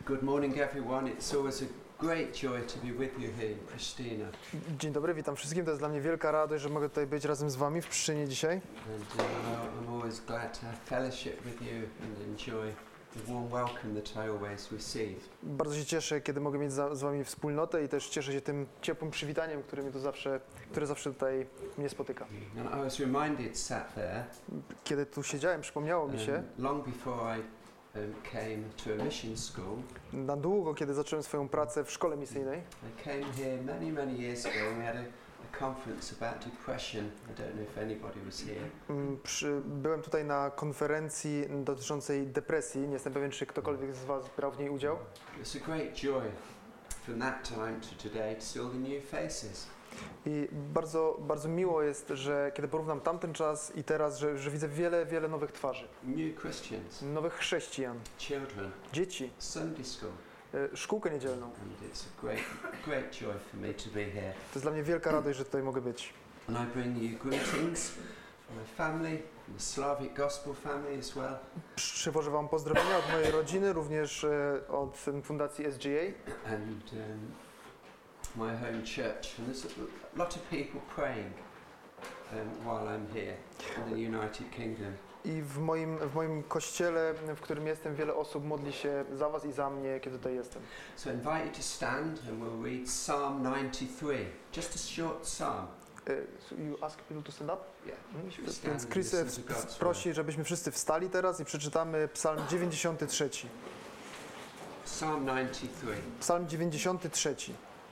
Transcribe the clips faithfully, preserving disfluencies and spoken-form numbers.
Good morning everyone. It's always a great joy to be with you here in Pristina. Dzień dobry, witam wszystkim. To jest dla mnie wielka radość, że mogę tutaj być razem z wami w Pszczynie dzisiaj. And uh, I'm always glad to have fellowship with you and enjoy the warm welcome that I always receive. Bardzo się cieszę, kiedy mogę mieć za, z wami wspólnotę i też cieszę się tym ciepłym przywitaniem, które mnie tu zawsze, które zawsze tutaj mnie spotyka. And I was reminded, sat there, Kiedy tu siedziałem, przypomniało mi się, um, long before I um, came to a mission school. na długo, kiedy zacząłem swoją pracę w szkole misyjnej. I came here many, many years ago and we had a, a conference about depression. I don't know if anybody was here. Mm, Przy, byłem tutaj na konferencji dotyczącej depresji. Nie jestem pewien, czy ktokolwiek z was brał w niej udział. It's a great joy from that time to today to see all the new faces. I bardzo, bardzo miło jest, że kiedy porównam tamten czas i teraz, że, że widzę wiele, wiele nowych twarzy. New Christians, Nowych chrześcijan, children, dzieci, Sunday school. e, szkółkę niedzielną. And it's a great, great joy for me to be here. To jest dla mnie wielka radość, że tutaj mogę być. And I bring you greetings from my family, from the Slavic Gospel family as well. Przywożę wam pozdrowienia od mojej rodziny, również e, od em, Fundacji S G A. And um, my home church. And there's a lot of people praying um, while I'm here in the United Kingdom. I w moim, w moim kościele, w którym jestem, wiele osób modli się za was i za mnie, kiedy tutaj jestem. So I invite you to stand and we'll read Psalm ninety-three, just a short psalm. E, so you ask people to stand up? Yeah. Mhm. Should we stand Więc and Chris listen to God's prosi, żebyśmy wszyscy wstali teraz i przeczytamy Psalm dziewięćdziesiąty trzeci. Psalm ninety-three. Psalm dziewięćdziesiąty trzeci.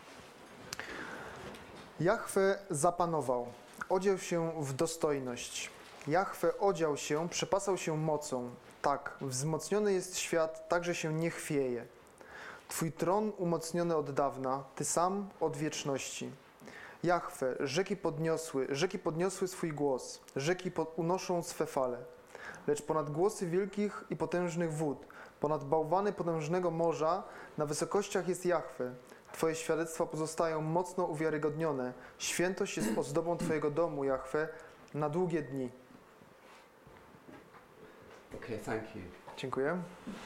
Jahwe zapanował, odział się w dostojność. Jahwe odział się, przepasał się mocą. Tak, wzmocniony jest świat, tak że się nie chwieje. Twój tron umocniony od dawna, Ty sam od wieczności. Jahwe, rzeki podniosły, rzeki podniosły swój głos, rzeki pod, unoszą swe fale. Lecz ponad głosy wielkich i potężnych wód, ponad bałwany potężnego morza, na wysokościach jest Jahwe. Twoje świadectwa pozostają mocno uwiarygodnione. Świętość jest ozdobą Twojego domu, Jahwe, na długie dni. Okay, thank you. Dziękuję.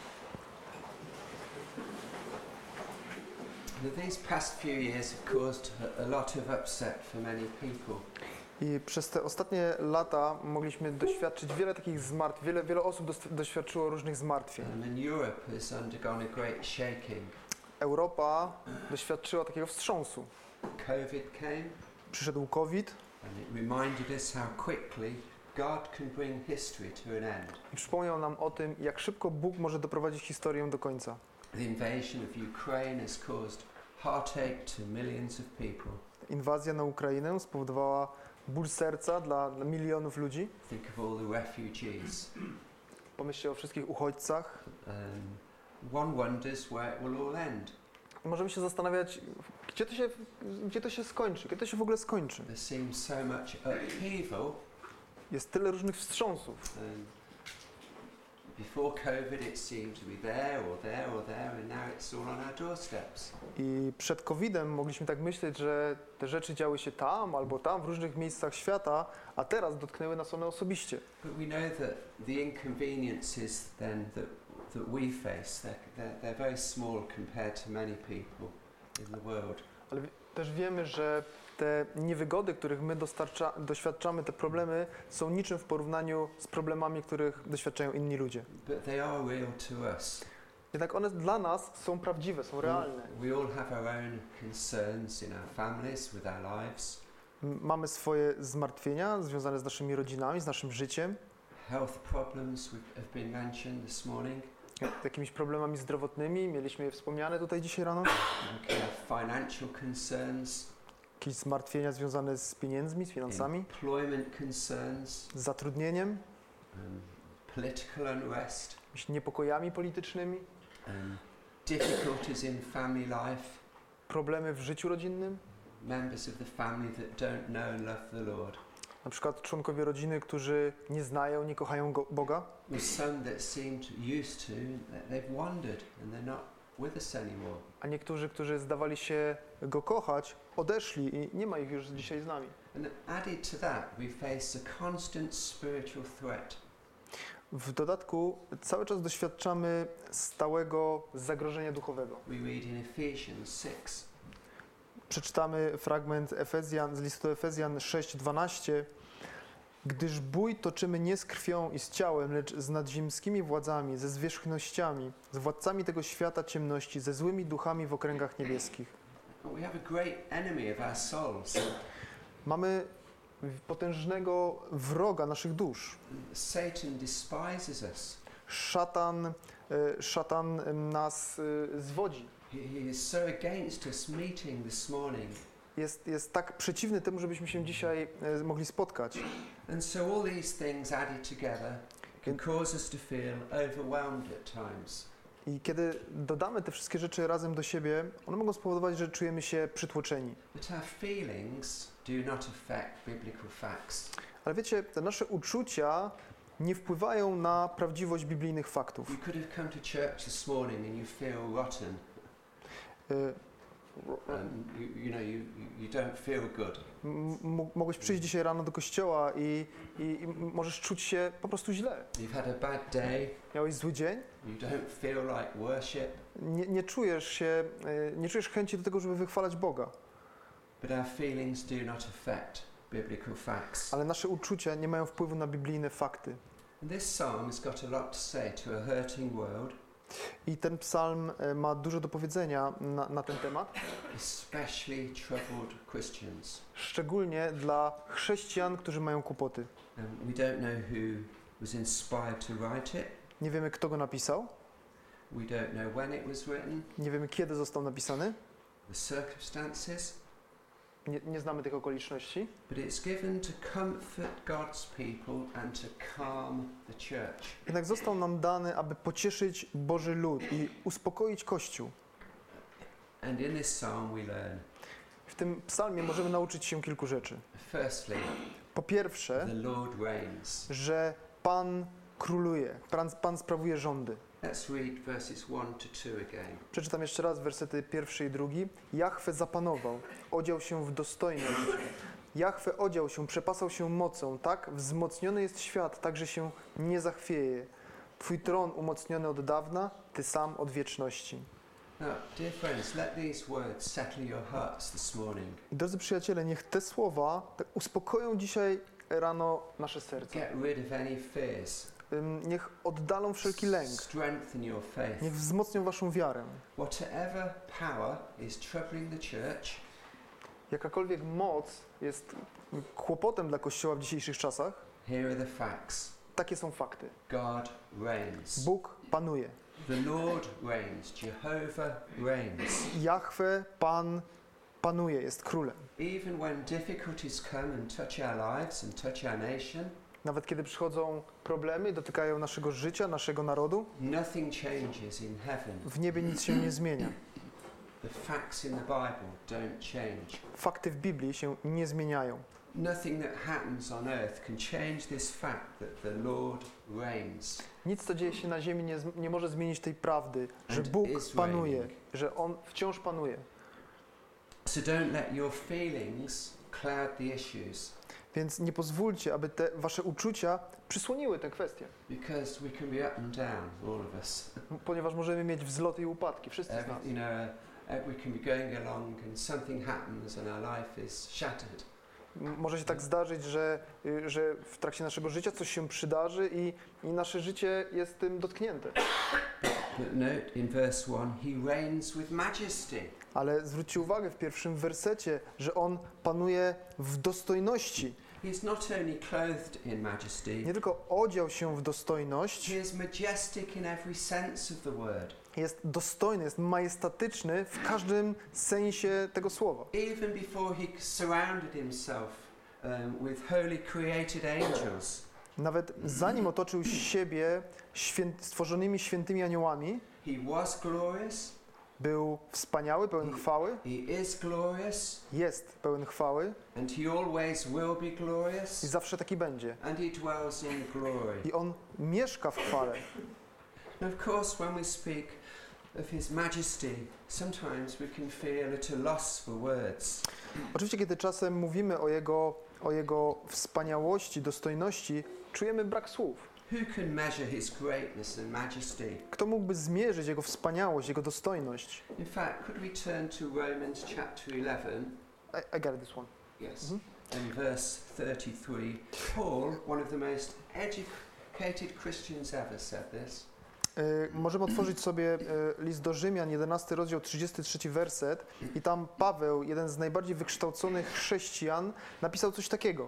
Now, these past few years have caused a, a lot of upset for many people. I przez te ostatnie lata mogliśmy doświadczyć wiele takich zmartwień. Wiele, wiele osób dos- doświadczyło różnych zmartwień. Um, and Europe has undergone a great shaking. Europa doświadczyła takiego wstrząsu. COVID came Przyszedł COVID and it reminded us how quickly God can bring history to an end. i przypomniał nam o tym, jak szybko Bóg może doprowadzić historię do końca. The invasion of Ukraine has caused heartache to millions of people. Inwazja na Ukrainę spowodowała ból serca dla, dla milionów ludzi. Think of all the refugees. Pomyślcie o wszystkich uchodźcach. Um, one wonders where it will all end. Możemy się zastanawiać, gdzie to się, gdzie to się skończy, kiedy to się w ogóle skończy. There seems so much upheaval. Jest tyle różnych wstrząsów. Um, before COVID it seemed to be there or there or there and now it's all on our doorsteps. I przed kowidem mogliśmy tak myśleć, że te rzeczy działy się tam albo tam, w różnych miejscach świata, a teraz dotknęły nas one osobiście. But we know that the inconveniences then that, that we face, they're, they're, they're very small compared to many people in the world. Ale wi- też wiemy, że te niewygody, których my dostarcza, doświadczamy, te problemy są niczym w porównaniu z problemami, których doświadczają inni ludzie. But they are real to us. Jednak one dla nas są prawdziwe, są realne. We all have our own concerns in our families, with our lives. M- Mamy swoje zmartwienia związane z naszymi rodzinami, z naszym życiem, Health problems we've- have been mentioned this morning. z jakimiś problemami zdrowotnymi, mieliśmy je wspomniane tutaj dzisiaj rano. We can have financial concerns, Jakieś zmartwienia związane z pieniędzmi, z finansami, employment concerns, z zatrudnieniem, um, political unrest, jakimiś niepokojami politycznymi, um, difficulties in family life, problemy w życiu rodzinnym, members of the family that don't know and love the Lord. na przykład członkowie rodziny, którzy nie znają, nie kochają go, Boga, With some that seemed used to, they've wandered and they're not with us anymore. a niektórzy, którzy zdawali się Go kochać, odeszli i nie ma ich już dzisiaj z nami. And added to that, we face a constant spiritual threat. W dodatku cały czas doświadczamy stałego zagrożenia duchowego. We read in Ephesians six. Przeczytamy fragment Efezjan, z listu Efezjan sześć dwanaście. Gdyż bój toczymy nie z krwią i z ciałem, lecz z nadziemskimi władzami, ze zwierzchnościami, z władcami tego świata ciemności, ze złymi duchami w okręgach niebieskich. We have a great enemy of our souls. Mamy potężnego wroga naszych dusz. Satan despises us. Szatan, e, szatan nas e, zwodzi. He, he is so against us meeting this morning. Jest, jest tak przeciwny temu, żebyśmy się dzisiaj e, mogli spotkać. And so all these things added together can cause us to feel overwhelmed at times. I kiedy dodamy te wszystkie rzeczy razem do siebie, one mogą spowodować, że czujemy się przytłoczeni. But our feelings do not affect biblical facts. Ale wiecie, te nasze uczucia nie wpływają na prawdziwość biblijnych faktów. You could have come to church this morning and you feel rotten. Y, Um, you, you know, you, you don't feel good. m- m- mogłeś przyjść dzisiaj rano do kościoła i, i, i możesz czuć się po prostu źle. You've had a bad day. Miałeś zły dzień, You don't feel like worship. nie, nie czujesz się, y, nie czujesz chęci do tego, żeby wychwalać Boga. But our feelings do not affect biblical facts. Ale nasze uczucia nie mają wpływu na biblijne fakty. And this psalm has got a lot to say to a hurting world, I ten psalm e, ma dużo do powiedzenia na, na ten temat, especially troubled Christians. szczególnie dla chrześcijan, którzy mają kłopoty. Um, we don't know who was inspired to write it. Nie wiemy, kto go napisał, We don't know when it was written, nie wiemy, kiedy został napisany, the circumstances, nie, nie znamy tych okoliczności, but it's given to comfort God's people and to calm the church. jednak został nam dany, aby pocieszyć Boży lud i uspokoić Kościół. And in this psalm we learn, W tym psalmie możemy nauczyć się kilku rzeczy. firstly, Po pierwsze, the Lord reigns. że Pan króluje, Pan, Pan sprawuje rządy. Let's read verses one to two again. Przeczytam jeszcze raz wersety pierwszy i drugi. Jahwe zapanował, odział się w dostojność. Jahwe odział się, przepasał się mocą, tak wzmocniony jest świat, tak że się nie zachwieje. Twój tron umocniony od dawna, Ty sam od wieczności. Now, dear friends, let these words settle your hearts this morning. I drodzy przyjaciele, niech te słowa tak uspokoją dzisiaj rano nasze serca. Get rid of any fears. Ym, Niech oddalą wszelki lęk. Strengthen your faith. Niech wzmocnią waszą wiarę. Whatever power is troubling the church, Jakakolwiek moc jest kłopotem dla Kościoła w dzisiejszych czasach, here are the facts. takie są fakty. God reigns. Bóg panuje. The Lord reigns. Jehovah reigns. Jahwe, Pan, panuje, jest królem. Even when difficulties come and touch our lives and touch our nation, Nawet kiedy przychodzą problemy, dotykają naszego życia, naszego narodu, nothing changes in heaven. w niebie nic się nie zmienia. The facts in the Bible don't change. Fakty w Biblii się nie zmieniają. Nothing that happens on earth can change this fact that the Lord reigns. Nic, co dzieje się na ziemi, nie, z- nie może zmienić tej prawdy, że And Bóg is panuje, reigning. że On wciąż panuje. So don't let your feelings cloud the issues, Więc nie pozwólcie, aby te wasze uczucia przysłoniły tę kwestię, because we can be up and down, all of us. ponieważ możemy mieć wzloty i upadki, wszyscy z Every, nas. you know, uh, we can be going along and something happens and our life is shattered. M- Może się tak zdarzyć, że, y, że w trakcie naszego życia coś się przydarzy i, i nasze życie jest tym dotknięte. But note in verse one, he reigns with majesty. Ale zwróćcie uwagę w pierwszym wersecie, że On panuje w dostojności. He's not only clothed in majesty, Nie tylko odział się w dostojność, he is majestic in every sense of the word. jest dostojny, jest majestatyczny w każdym sensie tego słowa. Even before he surrounded himself um, with holy created angels, Nawet zanim otoczył siebie świę- stworzonymi świętymi aniołami, he was glorious, był wspaniały, pełen chwały, he is glorious, jest pełen chwały and he always will be i glorious, zawsze taki będzie. and he dwells in glory. I On mieszka w chwale. And of course, when we speak of his majesty, sometimes we can feel at a loss for words. Oczywiście, kiedy czasem mówimy o Jego, o jego wspaniałości, dostojności, czujemy brak słów. Who can measure his greatness and majesty? Kto mógłby zmierzyć Jego wspaniałość, Jego dostojność? In fact, could we turn to Romans chapter eleven? I, I got this one. Yes. Mhm. And verse thirty-three. Paul, one of the most educated Christians ever, said this. Y, możemy otworzyć sobie y, list do Rzymian, jedenasty rozdział, trzydziesty trzeci werset i tam Paweł, jeden z najbardziej wykształconych chrześcijan, napisał coś takiego.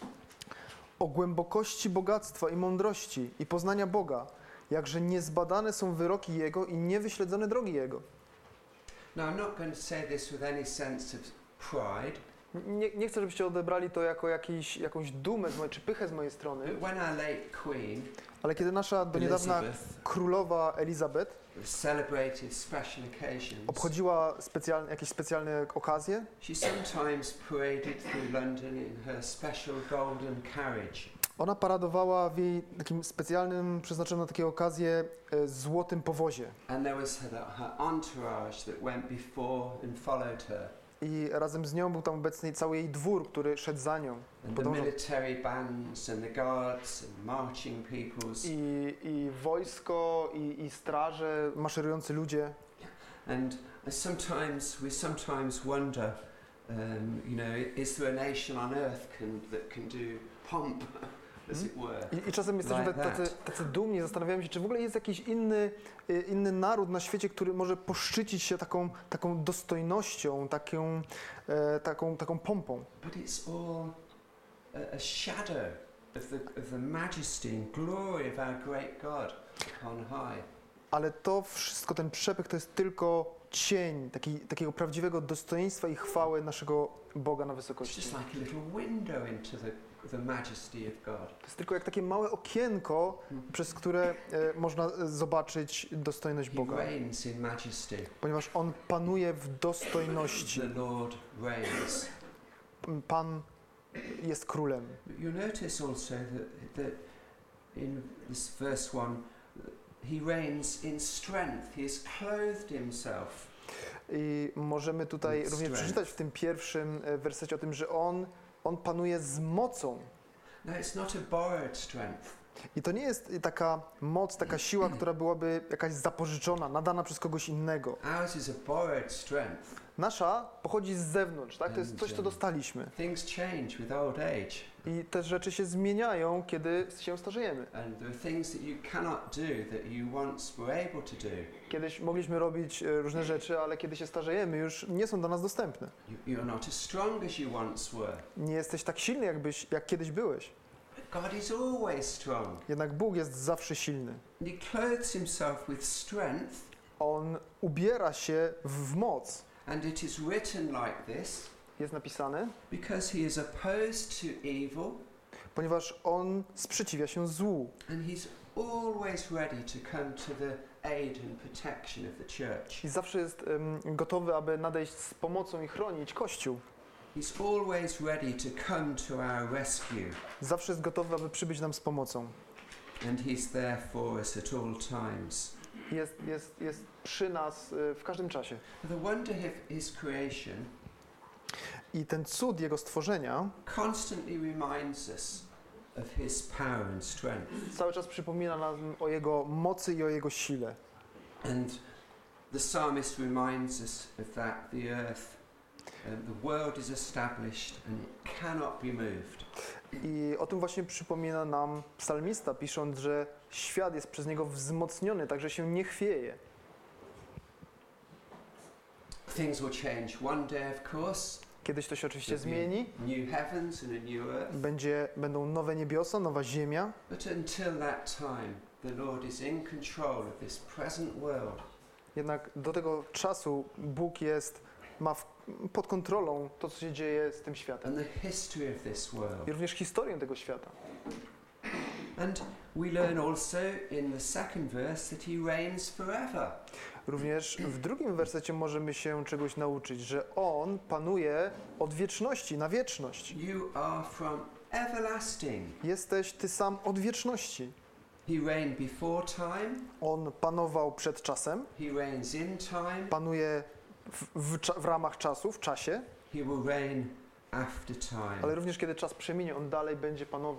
O głębokości bogactwa i mądrości i poznania Boga, jakże niezbadane są wyroki Jego i niewyśledzone drogi Jego. Now, I'm not going to say this with any sense of pride. Nie, nie chcę, żebyście odebrali to jako jakiś, jakąś dumę z mojej, czy pychę z mojej strony, But when our late queen, ale kiedy nasza do niedawna Elizabeth, królowa Elizabeth celebrated special occasions, obchodziła specjalne, jakieś specjalne okazje, she sometimes paraded through London in her special golden carriage. ona paradowała w jej takim specjalnym, przeznaczonym na takie okazje, e, złotym powozie. And there was her, her entourage that went before and followed her. I razem z nią był tam obecny cały jej dwór, który szedł za nią. And the Podążał. military bands and the guards and marching peoples. I, I wojsko, i, i straże, maszerujący ludzie. And sometimes we sometimes wonder, um, you know, is there a nation on earth can, that can do pomp, as it were? I, i czasem jesteśmy Like tacy, tacy dumni, zastanawiamy się, czy w ogóle jest jakiś inny, y, inny naród na świecie, który może poszczycić się taką, taką dostojnością, taką, e, taką, taką pompą. But it's all a, a shadow of the, of the majesty and glory of our great God on high. Ale to wszystko, ten przepych, to jest tylko cień taki, takiego prawdziwego dostojeństwa i chwały naszego Boga na It's wysokości. just like a little window into the, the majesty of God. To jest tylko jak takie małe okienko, przez które e, można zobaczyć dostojność He Boga, reigns in majesty. ponieważ On panuje w dostojności. The Lord reigns. Pan jest królem. But you notice also that, that in this verse one, he reigns in strength. He has clothed himself. I możemy tutaj With również strength. przeczytać w tym pierwszym e, wersecie o tym, że On, on panuje z mocą. No, it's not a borrowed strength. I to nie jest taka moc, taka siła, która byłaby jakaś zapożyczona, nadana przez kogoś innego. Ours is a borrowed strength. Nasza pochodzi z zewnątrz, tak? To jest coś, co dostaliśmy. Things change with old age. I te rzeczy się zmieniają, kiedy się starzejemy. And there are things that you cannot do that you once were able to do. Kiedyś mogliśmy robić e, różne rzeczy, ale kiedy się starzejemy, już nie są dla nas dostępne. You, you're not as strong as you once were. Nie jesteś tak silny, jakbyś, jak kiedyś byłeś. But God is always strong. Jednak Bóg jest zawsze silny. And He clothes Himself with strength. On ubiera się w moc. And it is written like this Jest napisane, because He is opposed to evil ponieważ On sprzeciwia się złu. and He's always ready to come to the aid and protection of the church. I zawsze jest um, gotowy, aby nadejść z pomocą i chronić Kościół. He's always ready to come to our rescue. Zawsze jest gotowy, aby przybyć nam z pomocą. And He's there for us at all times. Jest, jest, jest przy nas y, w każdym czasie. The wonder of His creation I ten cud Jego stworzenia constantly reminds us of His power and strength. cały czas przypomina nam o Jego mocy i o Jego sile. And the psalmist reminds us of that the earth, um, the world is established and it cannot be moved. I o tym właśnie przypomina nam psalmista, pisząc, że świat jest przez Niego wzmocniony, także się nie chwieje. Things will change one day, of course. Kiedyś to się oczywiście There'll zmieni, be new heavens and a new earth. będzie, będą nowe niebiosa, nowa ziemia, But until that time, the Lord is in control of this present world. jednak do tego czasu Bóg jest, ma w, pod kontrolą to, co się dzieje z tym światem. And the history of this world. I również historię tego świata. And we learn also in the second verse that He reigns forever. Również w drugim wersecie możemy się czegoś nauczyć, że On panuje od wieczności na wieczność. You are from everlasting. Jesteś Ty sam od wieczności. He reigned before time. On panował przed czasem, He reigns in time. panuje w, w, cza- w ramach czasu, w czasie, He will reign after time. ale również kiedy czas przeminie, On dalej będzie panował.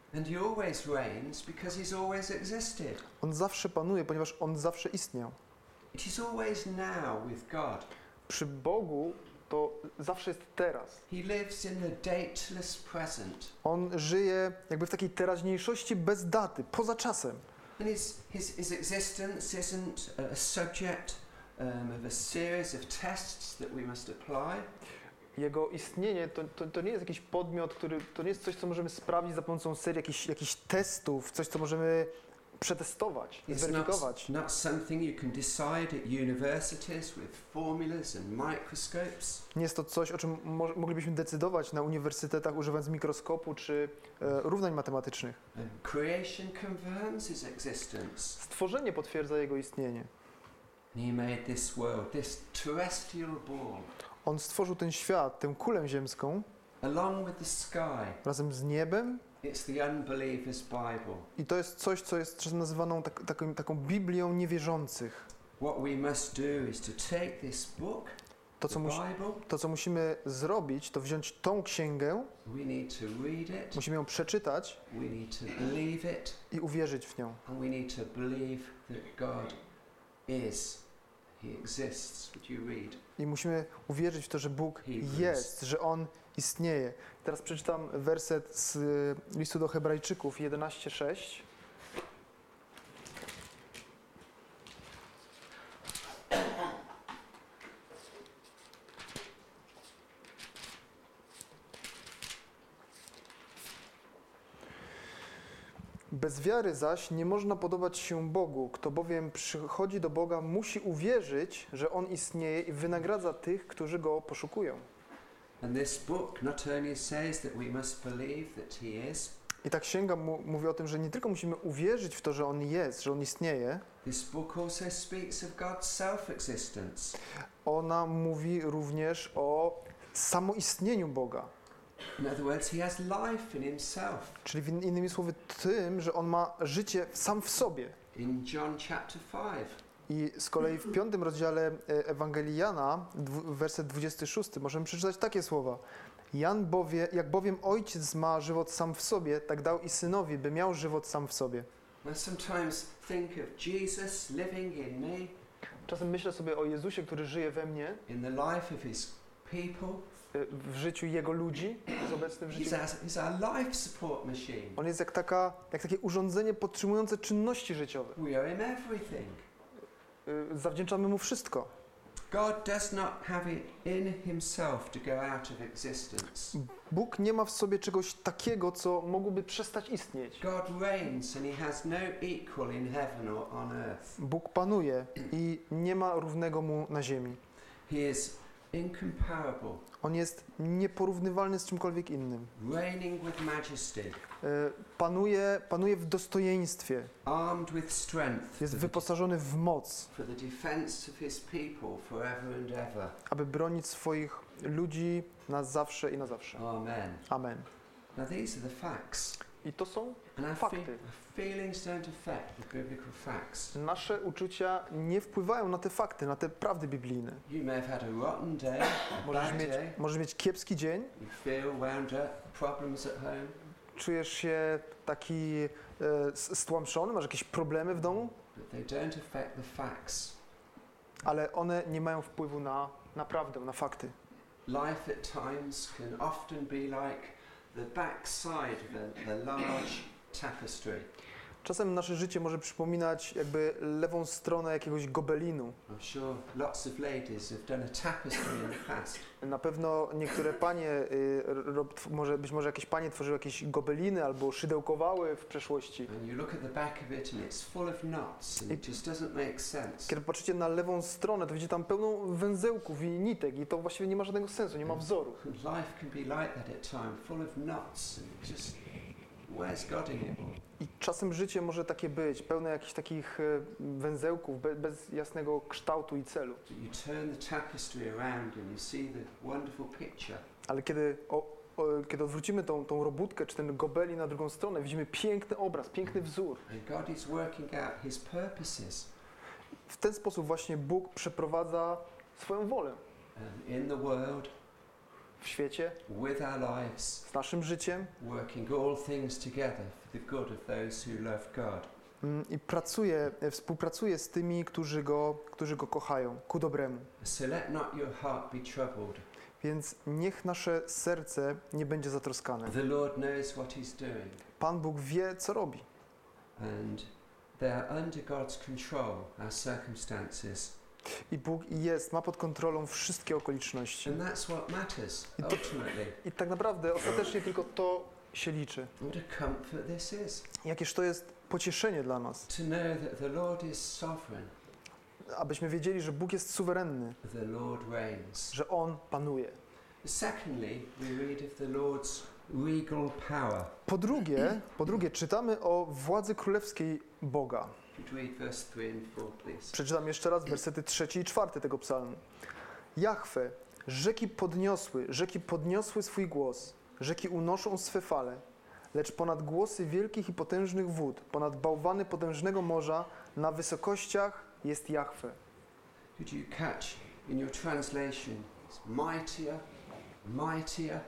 And he always reigns because he's always existed. On zawsze panuje, ponieważ On zawsze istniał. It is always now with God. Przy Bogu to zawsze jest teraz. He lives in the dateless present. On żyje jakby w takiej teraźniejszości bez daty, poza czasem. And his, his, his existence isn't a subject um, of a series of tests that we must apply. Jego istnienie to, to, to nie jest jakiś podmiot, który, to nie jest coś, co możemy sprawdzić za pomocą serii jakichś, jakichś testów, coś, co możemy przetestować, It's zweryfikować. not, not something you can decide at universities with formulas and microscopes. Nie jest to coś, o czym mo moglibyśmy decydować na uniwersytetach używając mikroskopu czy e, równań matematycznych. And creation confirms his existence. Stworzenie potwierdza Jego istnienie. And he made this world, this terrestrial ball, On stworzył ten świat, tę kulę ziemską, along with the sky. razem z niebem. It's the unbeliever's Bible. I to jest coś, co jest czasem nazywaną tak, taką, taką Biblią niewierzących. What we must do is to take this book, To co, the musi, Bible, to, co musimy zrobić, to wziąć tą księgę, we need to read it, musimy ją przeczytać we need to believe it, i uwierzyć w nią. and we need to believe that God is, He exists. Would you read? I musimy uwierzyć w to, że Bóg Hebrews. jest, że On istnieje. Teraz przeczytam werset z y, listu do Hebrajczyków jedenaście sześć. Bez wiary zaś nie można podobać się Bogu. Kto bowiem przychodzi do Boga, musi uwierzyć, że On istnieje i wynagradza tych, którzy Go poszukują. And this book not only says that we must believe that He is, I ta księga mu, mówi o tym, że nie tylko musimy uwierzyć w to, że On jest, że On istnieje, this book also speaks of God's self-existence. ona mówi również o samoistnieniu Boga. In other words, He has life in Himself. Czyli w innymi słowy tym, że On ma życie sam w sobie. In John chapter five, I z kolei w piątym rozdziale e, Ewangelii Jana, dwu, werset dwudziesty szósty, możemy przeczytać takie słowa. Jan bowie, jak bowiem Ojciec ma żywot sam w sobie, tak dał i Synowi, by miał żywot sam w sobie. I sometimes think of Jesus living in me, Czasem myślę sobie o Jezusie, który żyje we mnie, in the life of His people. e, w życiu Jego ludzi, jest obecny w życiu. He's our, he's our life support machine. On jest jak, taka, jak takie urządzenie podtrzymujące czynności życiowe. We owe Him everything. E, Zawdzięczamy Mu wszystko. God does not have it in Himself to go out of existence. Bóg nie ma w sobie czegoś takiego, co mogłoby przestać istnieć. God reigns and He has no equal in heaven or on earth. Bóg panuje i nie ma równego Mu na ziemi. He is incomparable, On jest nieporównywalny z czymkolwiek innym. reigning with majesty, E, Panuje, panuje w dostojeństwie. armed with strength Jest for the, wyposażony w moc, for the defense of His people forever and ever. aby bronić swoich ludzi na zawsze i na zawsze. Amen. Amen. Now these are the facts. I to są And our, fakty. fe- our feelings don't affect the biblical facts. Nasze uczucia nie wpływają na te fakty, na te prawdy biblijne. You may have had a rotten day, a Możesz bad mieć, day. możesz mieć kiepski dzień, You feel wound up, problems at home. czujesz się taki e, s- stłamszony, masz jakieś problemy w domu, But they don't affect the facts. ale one nie mają wpływu na, na prawdę, na fakty. Life at times can often be like the backside of a, a large tapestry. Czasem nasze życie może przypominać jakby lewą stronę jakiegoś gobelinu. I'm sure lots of ladies have done a tapestry in the past. Na pewno niektóre panie, y, ro, może, być może jakieś panie tworzyły jakieś gobeliny albo szydełkowały w przeszłości. And you look at the back of it and it's full of knots and it just doesn't make sense. Kiedy patrzycie na lewą stronę, to widzicie tam pełną węzełków i nitek i to właściwie nie ma żadnego sensu, nie ma wzoru. And life can be like that at times, full of knots and just, where's God in it all? I czasem życie może takie być, pełne jakichś takich e, węzełków, be, bez jasnego kształtu i celu. But you turn the tapestry around and you see the wonderful picture. Ale kiedy, o, o, kiedy odwrócimy tą, tą robótkę czy ten gobelin na drugą stronę, widzimy piękny obraz, piękny wzór. And God is working out His purposes W ten sposób właśnie Bóg przeprowadza swoją wolę um, in the world, w świecie, with our lives, z naszym życiem, working all things together for the good of those who love God. Mm, I pracuje, e, współpracuje z tymi, którzy go, którzy go kochają, ku dobremu. So let not your heart be troubled. Więc niech nasze serce nie będzie zatroskane. The Lord knows what he's doing. Pan Bóg wie, co robi. And they are under God's control, our circumstances. I Bóg jest, ma pod kontrolą wszystkie okoliczności. And that's what matters, I to- ultimately. I tak naprawdę ostatecznie tylko to się liczy. What a comfort this is. Jakież to jest pocieszenie dla nas, To know that the Lord is sovereign, abyśmy wiedzieli, że Bóg jest suwerenny, the Lord reigns. że On panuje. Secondly, we read of the Lord's regal power. Po drugie, po drugie czytamy o władzy królewskiej Boga. Could read verse three and four, please. Przeczytam jeszcze raz wersety trzeci i czwarty tego psalmu. Jahwe, rzeki podniosły, rzeki podniosły swój głos, rzeki unoszą swe fale, lecz ponad głosy wielkich i potężnych wód, ponad bałwany potężnego morza, na wysokościach jest Jahwe. Could you catch in your translation, it's mightier, mightier.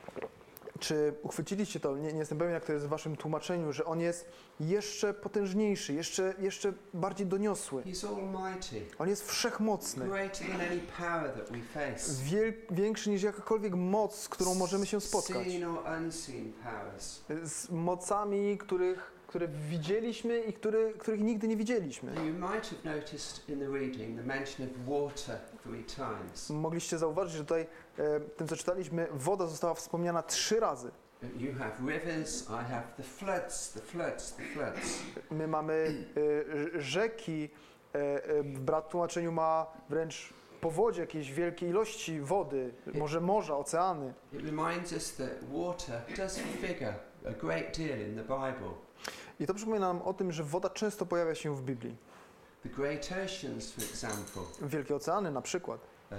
Czy uchwyciliście to? Nie, nie jestem pewien, jak to jest w waszym tłumaczeniu, że On jest jeszcze potężniejszy, jeszcze, jeszcze bardziej doniosły. He's almighty, On jest wszechmocny, greater than any power that we face. wiel, większy niż jakakolwiek moc, z którą możemy się spotkać. Seen or unseen powers. Z mocami, których, które widzieliśmy i który, których nigdy nie widzieliśmy. And you might have noticed in the reading the mention of water three times. Mogliście zauważyć, że tutaj e, tym, co czytaliśmy, woda została wspomniana trzy razy. You have rivers, I have the floods, the floods, the floods. My mamy e, rzeki, e, e, w brat tłumaczeniu ma wręcz powodzie, jakieś wielkie ilości wody, może morza, oceany. It reminds us that water does figure a great deal in the Bible. I to przypomina nam o tym, że woda często pojawia się w Biblii. The great oceans, for example. Wielkie oceany na przykład. Um,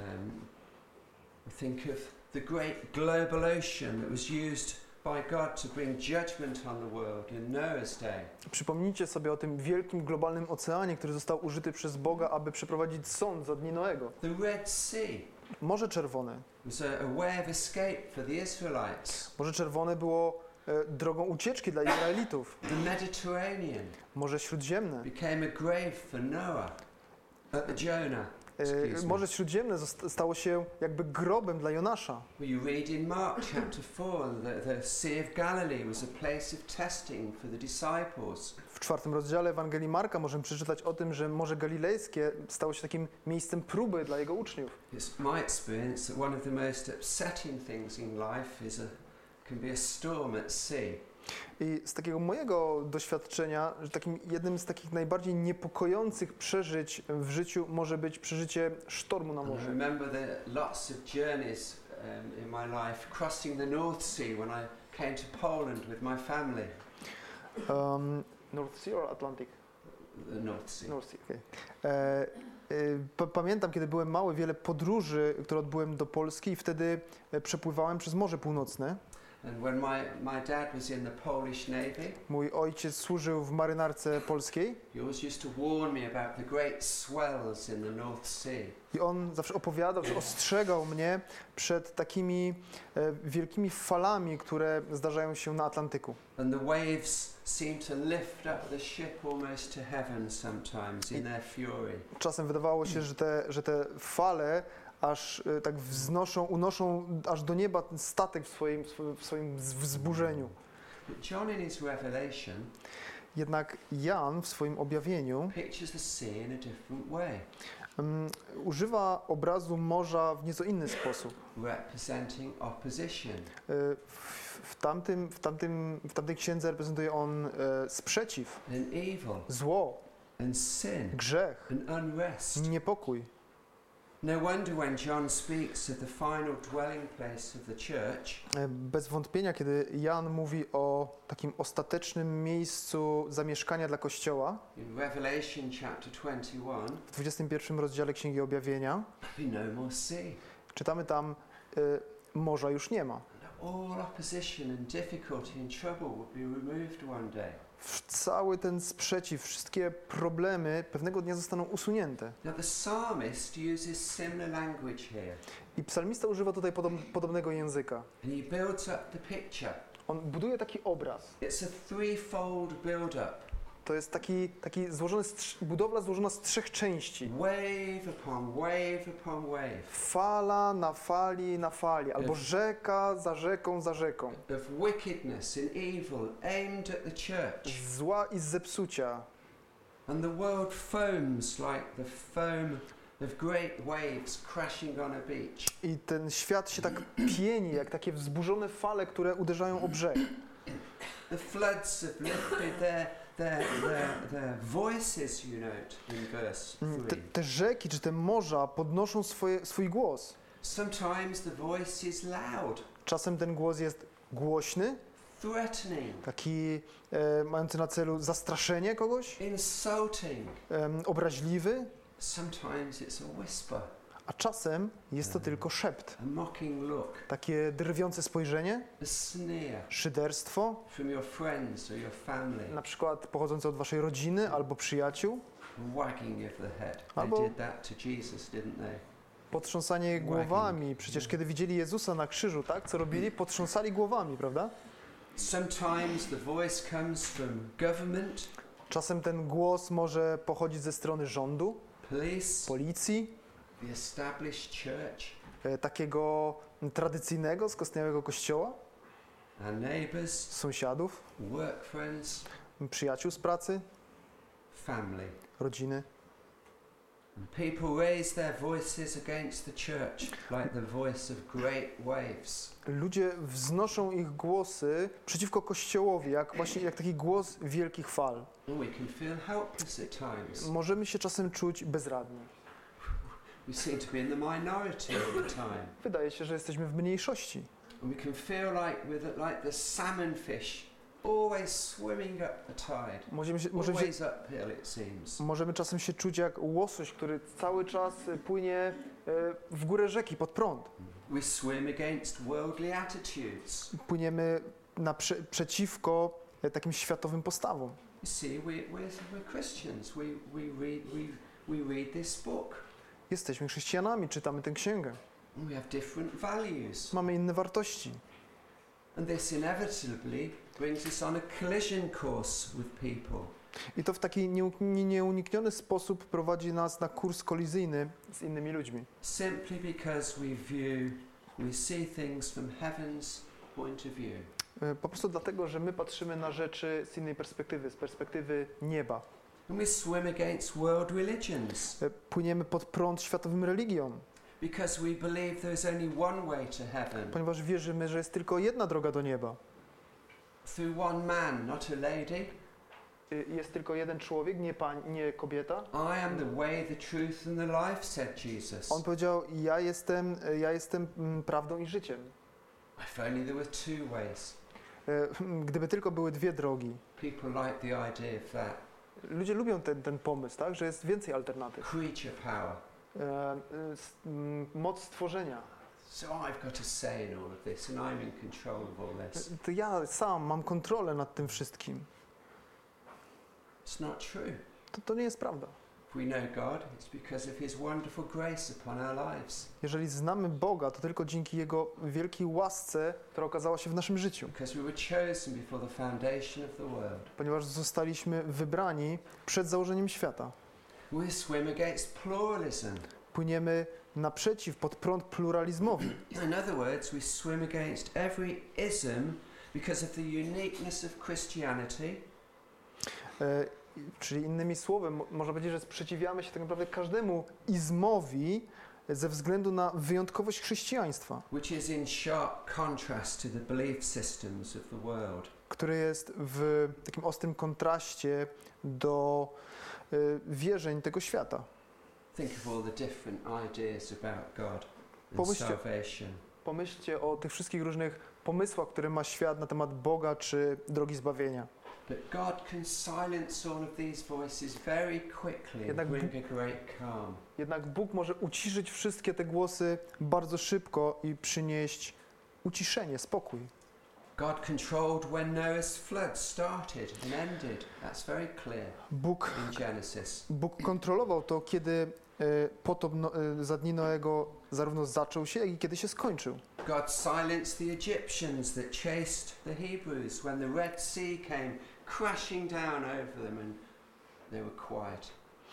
think of the great global ocean that was used by God to bring judgment on the world in Noah's day. Przypomnijcie sobie o tym wielkim globalnym oceanie, który został użyty przez Boga, aby przeprowadzić sąd za dni Noego. The Red Sea Morze Czerwone. was a, a way of escape for the Israelites. Morze Czerwone było e, drogą ucieczki dla Izraelitów. The Mediterranean Morze Śródziemne. became a grave for Noah, uh, Jonah. E, Excuse me. Morze Śródziemne zosta- stało się jakby grobem dla Jonasza. Well, you read in Mark chapter four that the Sea of Galilee was a place of testing for the disciples. W czwartym rozdziale Ewangelii Marka możemy przeczytać o tym, że Morze Galilejskie stało się takim miejscem próby dla jego uczniów. It's my experience that one of the most upsetting things in life is a can be a storm at sea. I z takiego mojego doświadczenia, że takim jednym z takich najbardziej niepokojących przeżyć w życiu może być przeżycie sztormu na And I morzu. remember the lots of journeys um, in my life crossing the North Sea when I came to Poland with my family. Um, North Sea or Atlantic? The North Sea. North Sea, okej. E, e, pa- Pamiętam, kiedy byłem mały, wiele podróży, które odbyłem do Polski i wtedy e, przepływałem przez Morze Północne. And when my, my dad was in the Polish Navy, Mój ojciec służył w marynarce polskiej he always used to warn me about the great swells in the North Sea. i on zawsze opowiadał, że ostrzegał mnie przed takimi e, wielkimi falami, które zdarzają się na Atlantyku. And the waves seem to lift up the ship almost to heaven sometimes in their fury. Czasem wydawało się, że te, że te fale aż e, tak wznoszą, unoszą aż do nieba ten statek w swoim, w swoim z- wzburzeniu. But John in his revelation Jednak Jan w swoim objawieniu pictures the sea in a different way, um, używa obrazu morza w nieco inny sposób. representing opposition. E, w, w, tamtym, w, tamtym, w tamtej księdze reprezentuje on e, sprzeciw, And evil, zło, and sin, grzech, and unrest. niepokój. No wonder when John speaks of the final dwelling place of the church, E, Bez wątpienia, kiedy Jan mówi o takim ostatecznym miejscu zamieszkania dla Kościoła, in Revelation chapter twenty-one, w dwudziestym pierwszym rozdziale Księgi Objawienia, there'll be no more sea. czytamy tam, e, morza już nie ma. All opposition and difficulty and trouble will be removed one day. W- Cały ten sprzeciw, wszystkie problemy pewnego dnia zostaną usunięte. Now the psalmist uses similar language here, I psalmista używa tutaj podob- podobnego języka. and he builds up the picture. On buduje taki obraz. It's a threefold build-up. To jest taki, taki złożony z, trz- budowla złożona z trzech części. Wave upon wave upon wave. Fala na fali na fali, albo Yes. rzeka za rzeką za rzeką. Of wickedness and evil aimed at the church. Zła i zepsucia. And the world foams like the foam of great waves crashing on a beach. I ten świat się tak pieni, jak takie wzburzone fale, które uderzają o brzeg. The floods have lifted their, their, their, their voices, you note, in verse Mm, Te, three. te rzeki czy te morza podnoszą swoje, swój głos. Sometimes the voice is loud, Czasem ten głos jest głośny, threatening, taki e, mający na celu zastraszenie kogoś, insulting. em, obraźliwy, Sometimes it's a whisper, a czasem jest to tylko szept. a mocking look, Takie drwiące spojrzenie, a sneer szyderstwo, from your friends or your family, na przykład pochodzące od waszej rodziny albo przyjaciół, wagging of the head. They Albo- did that to Jesus, didn't they? potrząsanie głowami. Przecież kiedy widzieli Jezusa na krzyżu, tak, co robili? Potrząsali głowami, prawda? Sometimes the voice comes from government, Czasem ten głos może pochodzić ze strony rządu, police, policji, the established church, e, takiego tradycyjnego, skostniałego kościoła, our neighbours, sąsiadów, work friends, przyjaciół z pracy, family. rodziny. And people raise their voices against the church like the voice of great waves. Ludzie wznoszą ich głosy przeciwko Kościołowi, jak właśnie jak taki głos wielkich fal. And we can feel helpless at times. Możemy się czasem czuć bezradni. We seem to be in the minority all the time. Wydaje się, że jesteśmy w mniejszości. And we can feel like we're the, like the salmon fish, always swimming up the tide. Możemy, się, możemy, się, Always uphill, it seems. możemy czasem się czuć jak łosoś, który cały czas płynie e, w górę rzeki pod prąd. We swim against worldly attitudes. Płyniemy na prze, przeciwko e, takim światowym postawom. You see, we, we're, we're Christians. We, we, read, we, we read this book. Jesteśmy chrześcijanami, czytamy tę księgę. We have different values. Mamy inne wartości. And this inevitably brings us on a collision course with people. I to w taki nieuk- nie- nieunikniony sposób prowadzi nas na kurs kolizyjny z innymi ludźmi. Simply because we view, we see things from heaven's point of view. E, Po prostu dlatego, że my patrzymy na rzeczy z innej perspektywy, z perspektywy nieba. And we swim against world religions E, Płyniemy pod prąd światowym religiom, because we believe there is only one way to heaven. ponieważ wierzymy, że jest tylko jedna droga do nieba. Through one man, not a lady. E, Jest tylko jeden człowiek, nie, pań, nie kobieta. I am the way, the truth and the life, said Jesus. On powiedział, ja jestem, e, ja jestem mm, prawdą i życiem. If only there were two ways. E, Gdyby tylko były dwie drogi. People like the idea of that. Ludzie lubią ten, ten pomysł, tak, że jest więcej alternatyw. Creature power. E, e, s- m, Moc stworzenia. So I've got a say in all of this and I'm in control of all this. To ja sam mam kontrolę nad tym wszystkim. It's not true. To, to nie jest prawda. If we know God, it's because of His wonderful grace upon our lives. Jeżeli znamy Boga, to tylko dzięki Jego wielkiej łasce, która okazała się w naszym życiu. Because we were chosen before the foundation of the world. Ponieważ zostaliśmy wybrani przed założeniem świata. We swim against pluralism. Płyniemy naprzeciw, pod prąd pluralizmowi. In other words, we swim against every ism because of the uniqueness of Christianity. E, czyli innymi słowy, mo- można powiedzieć, że sprzeciwiamy się tak naprawdę każdemu izmowi ze względu na wyjątkowość chrześcijaństwa, Which is in sharp contrast to the belief systems of the world. który jest w takim ostrym kontraście do e, wierzeń tego świata. Think of all the different ideas about God and Pomyślcie- salvation. Pomyślcie o tych wszystkich różnych pomysłach, które ma świat na temat Boga czy drogi zbawienia. But God can silence all of these voices very quickly and Jednak bring a great calm. Jednak Bóg może uciszyć wszystkie te głosy bardzo szybko i przynieść uciszenie, spokój. God controlled when Noah's flood started and ended. That's very clear Bóg, in Genesis. Bóg kontrolował to, kiedy e, potop no, e, za dni Noego zarówno zaczął się, jak i kiedy się skończył. God silenced the Egyptians that chased the Hebrews when the Red Sea came crashing down over them and they were quiet.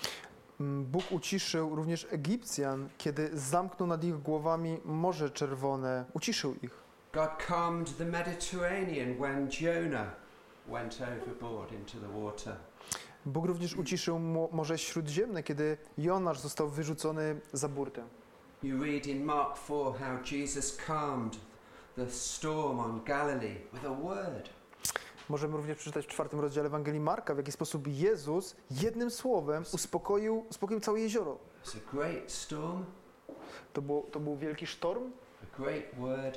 Bóg uciszył również Egipcjan, kiedy zamknął nad ich głowami Morze Czerwone. Uciszył ich. God calmed the Mediterranean when Jonah went overboard into the water. Bóg również uciszył Morze Śródziemne, kiedy Jonasz został wyrzucony za burtę. You read in Mark four how Jesus calmed the storm on Galilee with a word. Możemy również przeczytać w czwartym rozdziale Ewangelii Marka, w jaki sposób Jezus jednym słowem uspokoił, uspokoił całe jezioro. It's a great storm. To, było, to był wielki sztorm A great word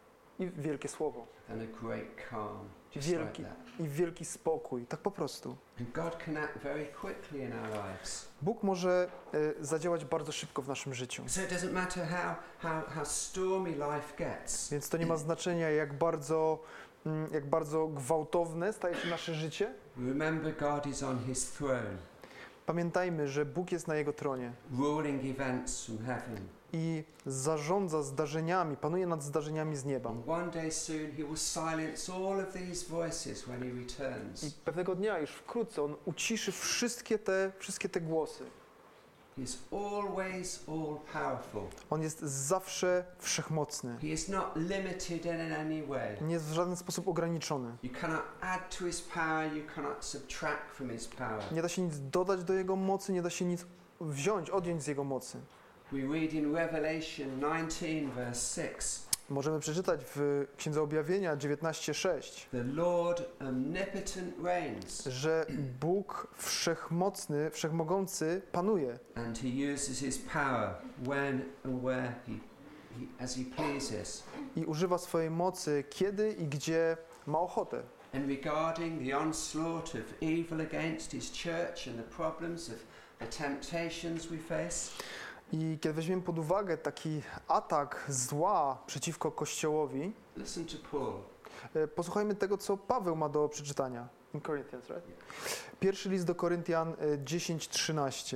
i wielkie słowo. and a great calm. Just Wielki, like that. I wielki spokój, tak po prostu. And God can act very quickly in our lives. Bóg może e, zadziałać bardzo szybko w naszym życiu. So it doesn't matter how, how, how stormy life gets. Więc to nie ma znaczenia, jak bardzo, mm, jak bardzo gwałtowne staje się nasze życie. Remember, God is on His throne, Pamiętajmy, że Bóg jest na Jego tronie ruling events from heaven. i zarządza zdarzeniami, panuje nad zdarzeniami z nieba. And one day soon He will silence all of these voices when He I returns. pewnego dnia, już wkrótce, On uciszy wszystkie te, wszystkie te głosy. He's always all powerful. On jest zawsze wszechmocny. He is not limited in any way. Nie jest w żaden sposób ograniczony. You cannot add to His power, you cannot subtract from His power. Nie da się nic dodać do Jego mocy, nie da się nic wziąć, odjąć z Jego mocy. We read in Revelation nineteen verse six. Możemy przeczytać w Księdze Objawienia dziewiętnaście sześć, The Lord omnipotent reigns, że Bóg wszechmocny, wszechmogący panuje and He uses His power when and where He, he as He pleases. i używa swojej mocy kiedy i gdzie ma ochotę. And regarding the onslaught of evil against His church and the problems of the temptations we face, I kiedy weźmiemy pod uwagę taki atak zła przeciwko Kościołowi, listen to Paul. e, posłuchajmy tego, co Paweł ma do przeczytania. In Corinthians, right? Pierwszy list do Koryntian dziesięć trzynaście.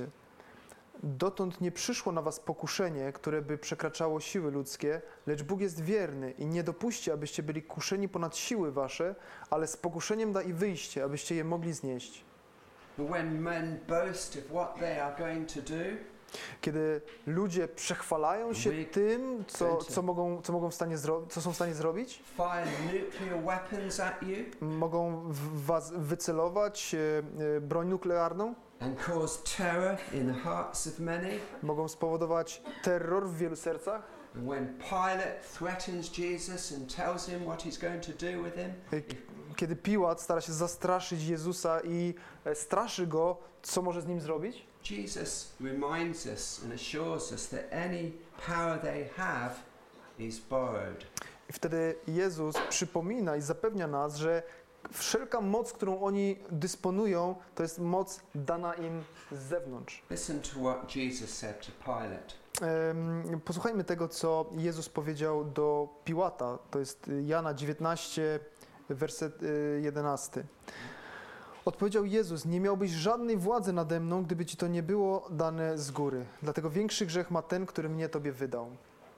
Dotąd nie przyszło na was pokuszenie, które by przekraczało siły ludzkie, lecz Bóg jest wierny i nie dopuści, abyście byli kuszeni ponad siły wasze, ale z pokuszeniem da i wyjście, abyście je mogli znieść. But when men boast of what they are going to do, Kiedy ludzie przechwalają się We tym, co, going to- co, mogą, co, mogą w stanie zro- co są w stanie zrobić, fire nuclear weapons at you, mogą w was wycelować e, e, broń nuklearną, and cause terror in the hearts of many. mogą spowodować terror w wielu sercach. And when Pilate threatens Jesus and tells him what he's going to do with him, E, k- Kiedy Piłat stara się zastraszyć Jezusa i e, straszy go, co może z nim zrobić, Jesus reminds us and assures us that any power they have is borrowed. i wtedy Jezus przypomina i zapewnia nas, że wszelka moc, którą oni dysponują, to jest moc dana im z zewnątrz. Listen to what Jesus said to Pilate. Em, Posłuchajmy tego, co Jezus powiedział do Piłata. To jest Jana dziewiętnaście, werset y, jedenasty. Odpowiedział Jezus: nie miałbyś żadnej władzy nade mną, gdyby ci to nie było dane z góry. Dlatego większy grzech ma ten, który mnie tobie wydał.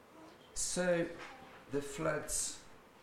So the floods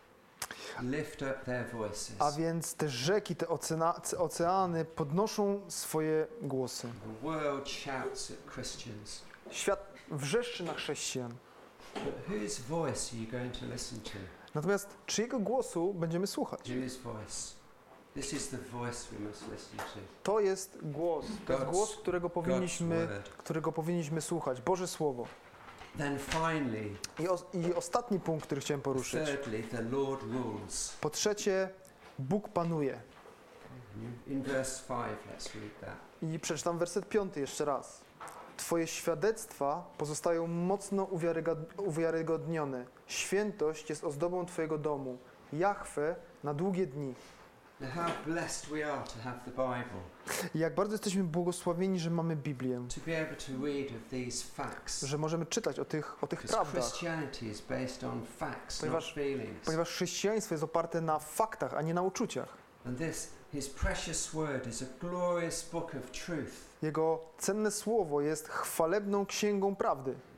lift up their voices. A więc te rzeki, te oceana, oceany podnoszą swoje głosy. The world shouts at Christians. Świat wrzeszczy na chrześcijan. But whose voice are you going to listen to? Natomiast czyjego głosu będziemy słuchać? Whose voice? This is the voice we must listen to. To jest głos, to jest God's- głos, którego powinniśmy, God's word. którego powinniśmy słuchać. Boże Słowo. Then finally, I, o, I ostatni punkt, który chciałem poruszyć. thirdly, the Lord rules. Po trzecie, Bóg panuje. In verse five, let's read that. I przeczytam werset piąty jeszcze raz. Twoje świadectwa pozostają mocno uwiarygod- uwiarygodnione. Świętość jest ozdobą Twojego domu. Jahwe na długie dni. Now, how blessed we are to have the Bible, I jak bardzo jesteśmy błogosławieni, że mamy Biblię. to be able to read of these facts. Że możemy czytać o tych, o tych Because prawdach. Christianity is based on facts, Ponieważ- not feelings. Ponieważ chrześcijaństwo jest oparte na faktach, a nie na uczuciach. And this, His precious word, is a glorious book of truth. Jego cenne słowo jest chwalebną księgą prawdy.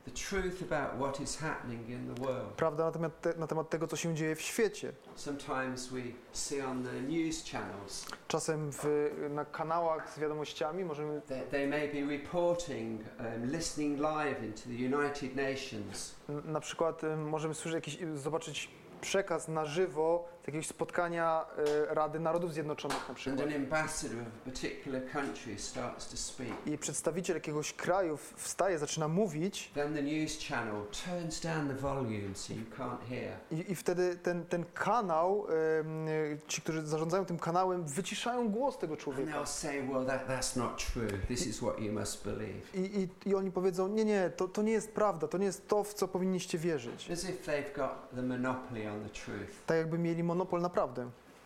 the truth about what is happening in the world. Prawda na temat, te, na temat tego, co się dzieje w świecie. Sometimes we see on the news channels Czasem w, na kanałach z wiadomościami możemy, that they may be reporting, um, listening live into the United Nations. na przykład y, możemy słyszeć jakiś, zobaczyć przekaz na żywo z jakiegoś spotkania y, Rady Narodów Zjednoczonych na And przykład. an ambassador of a particular country starts to speak. I przedstawiciel jakiegoś kraju wstaje, zaczyna mówić Then the news channel turns down the volume so you can't hear. i, i wtedy ten, ten kanał, y, ci, którzy zarządzają tym kanałem, wyciszają głos tego And człowieka. they'll say, well, that, that's not true. This is what you must believe. I, i, I oni powiedzą, nie, nie, to, to nie jest prawda, to nie jest to, w co powinniście wierzyć. As if they've got the monopoly on the truth. Tak jakby mieli monopol na prawdę.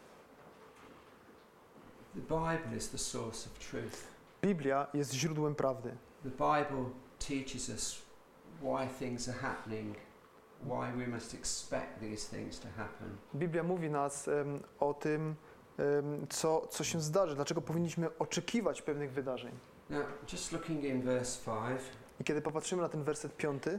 The Bible is the source of truth. Biblia jest źródłem prawdy. The Bible teaches us why things are happening, why we must expect these things to happen. Biblia mówi nas em, o tym, em, co, co się zdarzy, dlaczego powinniśmy oczekiwać pewnych wydarzeń. Now, just looking in verse five, I kiedy popatrzymy na ten werset piąty,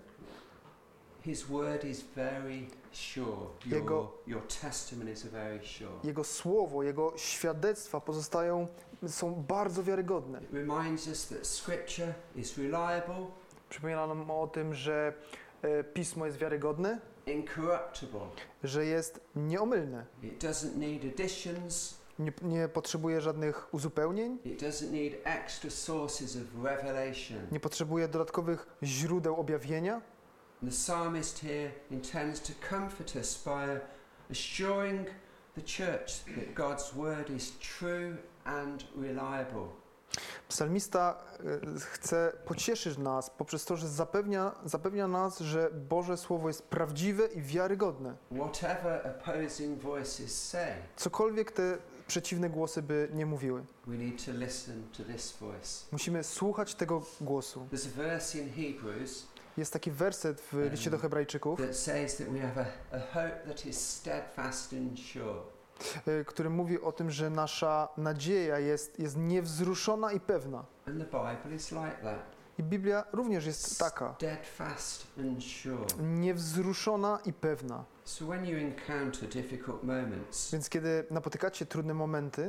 His word is very sure. Jego- Your, your testimonies are very sure. Jego słowo, Jego świadectwa pozostają, są bardzo wiarygodne. It reminds us that Scripture is reliable, Przypomina nam o tym, że e, Pismo jest wiarygodne, incorruptible. że jest nieomylne. It doesn't need additions. Nie, nie potrzebuje żadnych uzupełnień, It doesn't need extra sources of revelation. nie potrzebuje dodatkowych źródeł objawienia. And the psalmist here intends to comfort us by assuring the church that God's word is true and reliable. Psalmista e, chce pocieszyć nas poprzez to, że zapewnia, zapewnia nas, że Boże Słowo jest prawdziwe i wiarygodne. Whatever opposing voices say, Cokolwiek te przeciwne głosy by nie mówiły. we need to listen to this voice. Musimy słuchać tego głosu. There's a verse in Hebrews Jest taki werset w liście do Hebrajczyków, that says that we have a, a hope that is steadfast and sure. e, który mówi o tym, że nasza nadzieja jest, jest niewzruszona i pewna. And the Bible is like that. I Biblia również jest taka. Steadfast and sure. Niewzruszona i pewna. So when you encounter difficult moments, Więc kiedy napotykacie trudne momenty,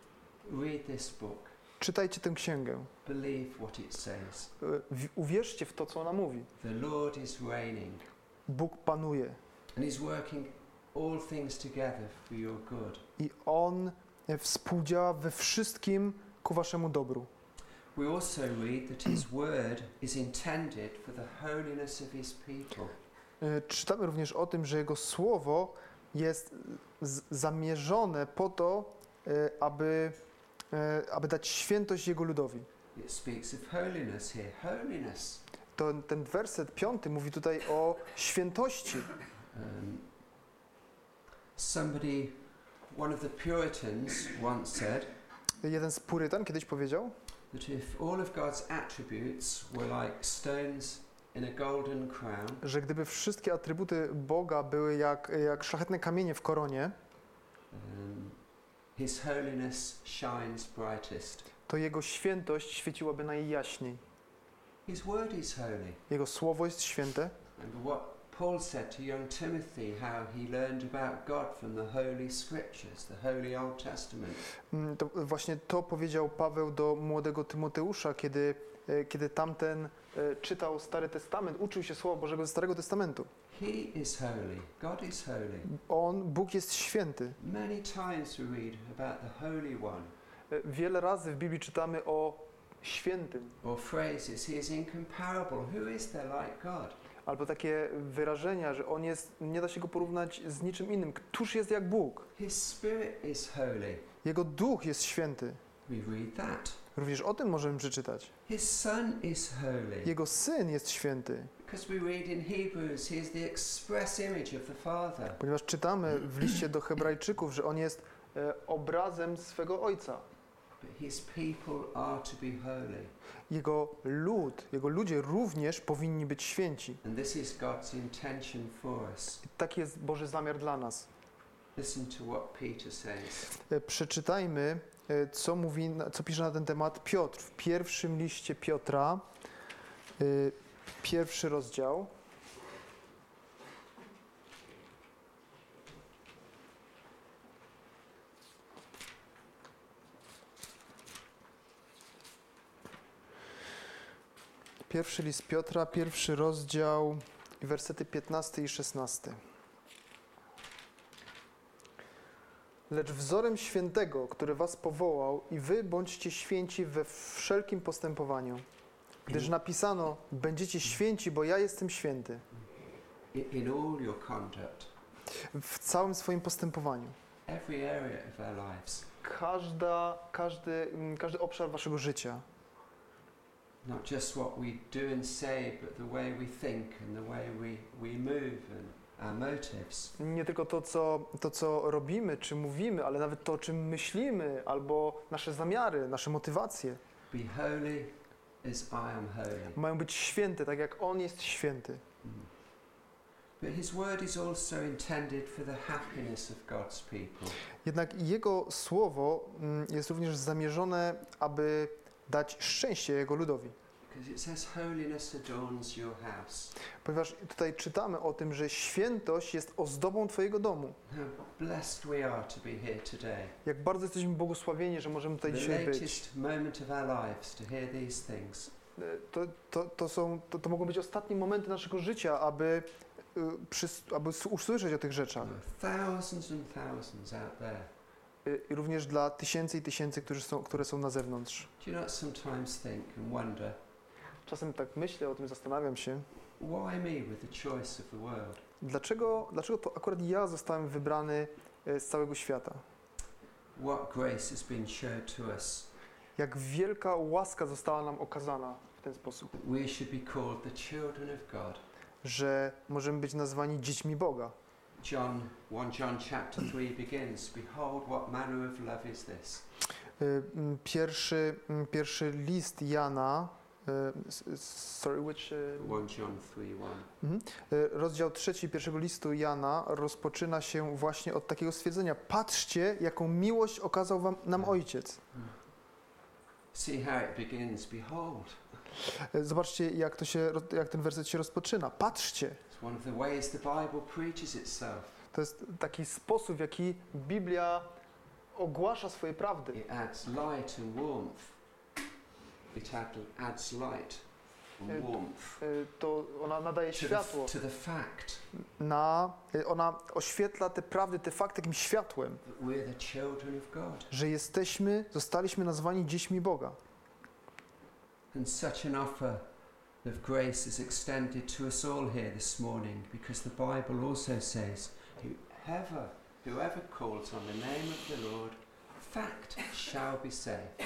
read this book. czytajcie tę księgę. Believe what it says. E, w- Uwierzcie w to, co ona mówi. The Lord is reigning Bóg panuje and He's working all things together for your good. i On e, współdziała we wszystkim ku waszemu dobru. We also read that His word is intended for the holiness of His people. E, Czytamy również o tym, że Jego Słowo jest z- zamierzone po to, e, aby, e, aby dać świętość Jego ludowi. It speaks of holiness here. Holiness. To, ten werset piąty mówi tutaj o świętości. Um, somebody, one of the Puritans once said Jeden z Purytan kiedyś powiedział, that if all of God's attributes were like stones in a golden crown, że gdyby wszystkie atrybuty Boga były jak, jak szlachetne kamienie w koronie, um, His holiness shines brightest. to Jego świętość świeciłaby najjaśniej. His word is holy. Jego Słowo jest święte. And what Paul said to young Timothy, how he learned about God from the Holy Scriptures, the Holy Old Testament. Mm, To właśnie to powiedział Paweł do młodego Tymoteusza, kiedy, e, kiedy tamten e, czytał Stary Testament, uczył się Słowa Bożego ze Starego Testamentu. He is holy. God is holy. On, Bóg jest święty. Many times we read about the Holy One, E, Wiele razy w Biblii czytamy o świętym, or phrases, He is incomparable. Who is there like God? albo takie wyrażenia, że On jest, nie da się Go porównać z niczym innym. Któż jest jak Bóg? His Spirit is holy. Jego Duch jest święty. We read that. Również o tym możemy przeczytać. His Son is holy. Jego Syn jest święty, Because we read in Hebrews, He is the express image of the Father. ponieważ czytamy w liście do Hebrajczyków, że On jest e, obrazem swego Ojca. But His people are to be holy. Jego lud, Jego ludzie również powinni być święci. And this is God's intention for us. I taki jest Boży zamiar dla nas. Listen to what Peter says. E, Przeczytajmy, e, co mówi, co pisze na ten temat Piotr w pierwszym liście Piotra, e, pierwszy rozdział. Pierwszy list Piotra, pierwszy rozdział, wersety piętnasty i szesnasty. Lecz wzorem świętego, który was powołał, i wy bądźcie święci we wszelkim postępowaniu. Gdyż napisano, będziecie święci, bo ja jestem święty. In all your conduct, W całym swoim postępowaniu. every area of our lives, Każda, każdy, każdy obszar waszego życia. not just what we do and say, but the way we think and the way we, we move and our motives. Nie tylko to co, to, co robimy, czy mówimy, ale nawet to, o czym myślimy, albo nasze zamiary, nasze motywacje. Be holy as I am holy. Mają być święte, tak jak On jest święty. Mm. But His word is also intended for the happiness of God's people. Jednak Jego słowo mm, jest również zamierzone, aby dać szczęście Jego ludowi. Because it says holiness adorns your house. Ponieważ tutaj czytamy o tym, że świętość jest ozdobą Twojego domu. How blessed we are to be here today. Jak bardzo jesteśmy błogosławieni, że możemy tutaj The dzisiaj być. latest moment of our lives to hear these things. To, to, to, są, to, to mogą być ostatnie momenty naszego życia, aby, y, przys, aby s- usłyszeć o tych rzeczach. There are thousands and thousands out there. Y, I również dla tysięcy i tysięcy, którzy są, które są na zewnątrz. Do you not sometimes think and wonder, Czasem tak myślę o tym, zastanawiam się, why me with the choice of the world? dlaczego, dlaczego to akurat ja zostałem wybrany y, z całego świata? What grace has been showed to us? Jak wielka łaska została nam okazana w ten sposób, We should be called the children of God. że możemy być nazwani dziećmi Boga. John, first John chapter three begins, behold what manner of love is this. Y, m, Pierwszy, m, pierwszy list Jana, y, s- s- sorry, which, y, first John three one. mhm. Y, rozdział trzeci pierwszego listu Jana rozpoczyna się właśnie od takiego stwierdzenia: patrzcie, jaką miłość okazał wam, nam Ojciec. See how it begins, behold. Y, Zobaczcie, jak, to się, roz- jak ten werset się rozpoczyna. Patrzcie. It's one of the ways the Bible preaches itself. To jest taki sposób, w jaki Biblia ogłasza swoje prawdy. It adds light and warmth. It add, adds light and Uh, warmth Y, To ona nadaje to the, światło. to the fact Na, y, ona oświetla te prawdy, te fakty takim światłem, that we're the children of God. że jesteśmy, zostaliśmy nazwani dziećmi Boga. And such an offer of grace is extended to us all here this morning, because the Bible also says, whoever, whoever calls on the name of the Lord, fact, shall be saved.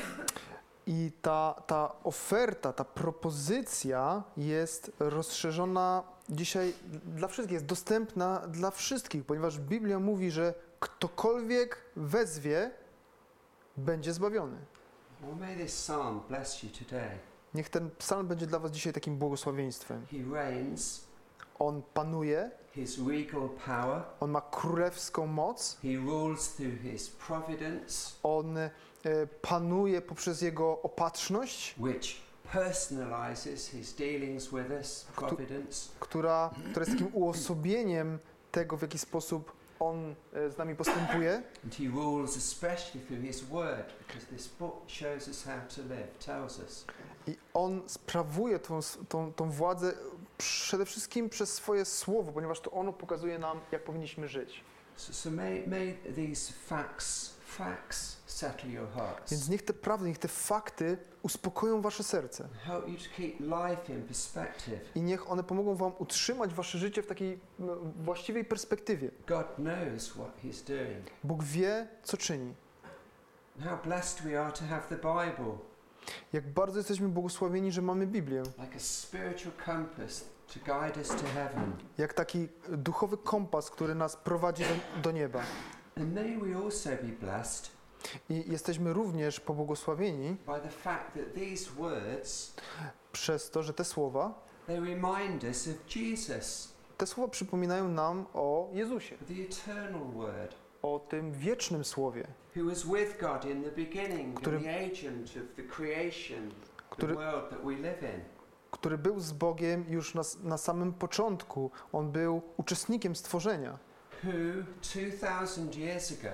I ta, ta oferta, ta propozycja jest rozszerzona dzisiaj dla wszystkich, jest dostępna dla wszystkich, ponieważ Biblia mówi, że ktokolwiek wezwie, będzie zbawiony. Well, may this psalm bless you today. Niech ten psalm będzie dla was dzisiaj takim błogosławieństwem. He reigns, On panuje, his regal power, on ma królewską moc, he rules through his providence, on e, panuje poprzez jego opatrzność, which personalizes his dealings with us, providence, która, która jest takim uosobieniem tego, w jaki sposób on e, z nami postępuje. and he rules especially through his word, because this book shows us how to live, tells us. I on sprawuje tą, tą, tą władzę przede wszystkim przez swoje słowo, ponieważ to ono pokazuje nam, jak powinniśmy żyć. So, so may, may these facts, facts settle your hearts. Więc niech te prawdy, niech te fakty uspokoją wasze serce. Help you to keep life in perspective. I niech one pomogą wam utrzymać wasze życie w takiej no, właściwej perspektywie. God knows what he's doing. Bóg wie, co czyni. How blessed we are to have the Bible, Jak bardzo jesteśmy błogosławieni, że mamy Biblię. like a spiritual compass to guide us to heaven. Jak taki duchowy kompas, który nas prowadzi do, do nieba. And may we also be blessed I jesteśmy również pobłogosławieni by the fact that these words, przez to, że te słowa, they remind us of Jesus, te słowa przypominają nam o Jezusie, the eternal word, o tym wiecznym słowie, who was with God in the beginning Który- and the agent of the creation, the który, world that we live in. który był z Bogiem już na, na samym początku. On był uczestnikiem stworzenia, who two thousand years ago,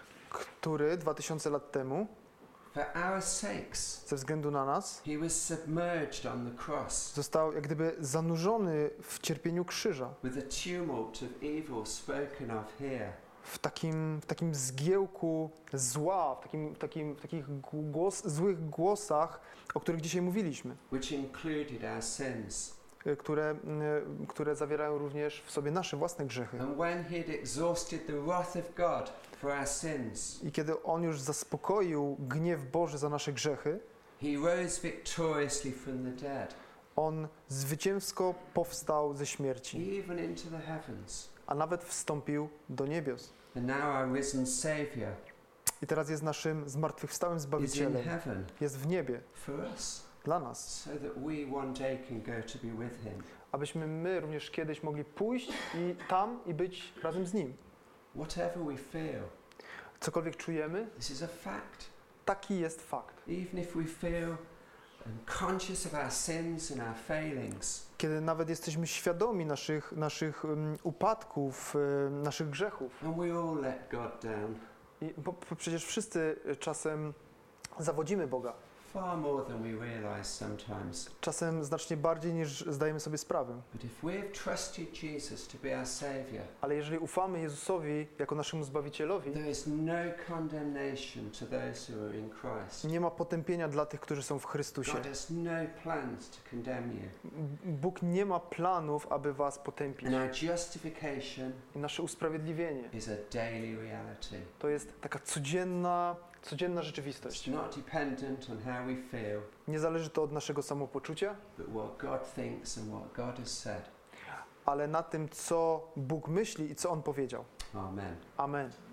który dwa tysiące lat temu, for our sakes, ze względu na nas, he was submerged on the cross został jak gdyby zanurzony w cierpieniu krzyża, with a tumult of evil spoken of here. w takim, w takim zgiełku zła, w, takim, w, takim, w takich głos, złych głosach, o których dzisiaj mówiliśmy, which included our sins. y, które, y, które zawierają również w sobie nasze własne grzechy. And when he had exhausted the wrath of God for our sins, I kiedy On już zaspokoił gniew Boży za nasze grzechy, he rose victoriously from the dead, On zwycięsko powstał ze śmierci, even into the heavens. a nawet wstąpił do niebios. And now our risen Saviour I teraz jest naszym zmartwychwstałym is in Zbawicielem. heaven Jest w niebie for us, dla nas, so that we one day can go to be with him. abyśmy my również kiedyś mogli pójść i tam i być razem z Nim. Whatever we feel, Cokolwiek czujemy, this is a fact. taki jest fakt. Even if we feel um, conscious of our sins and our failings, Kiedy nawet jesteśmy świadomi naszych, naszych um, upadków, um, naszych grzechów. and we all let God down I, bo, bo przecież wszyscy czasem zawodzimy Boga. far more than we realise sometimes. Czasem znacznie bardziej niż zdajemy sobie sprawę. But if we have trusted Jesus to be our Saviour, Ale jeżeli ufamy Jezusowi jako naszemu Zbawicielowi, there is no condemnation to those who are in Christ. nie ma potępienia dla tych, którzy są w Chrystusie. God has no plans to condemn you. Bóg nie ma planów, aby was potępić. And our justification I nasze usprawiedliwienie is a daily reality. to jest taka codzienna, codzienna It's rzeczywistość. not dependent on how we feel, Nie zależy to od naszego samopoczucia, but what God thinks and what God has said. ale na tym, co Bóg myśli i co On powiedział. Amen. Amen.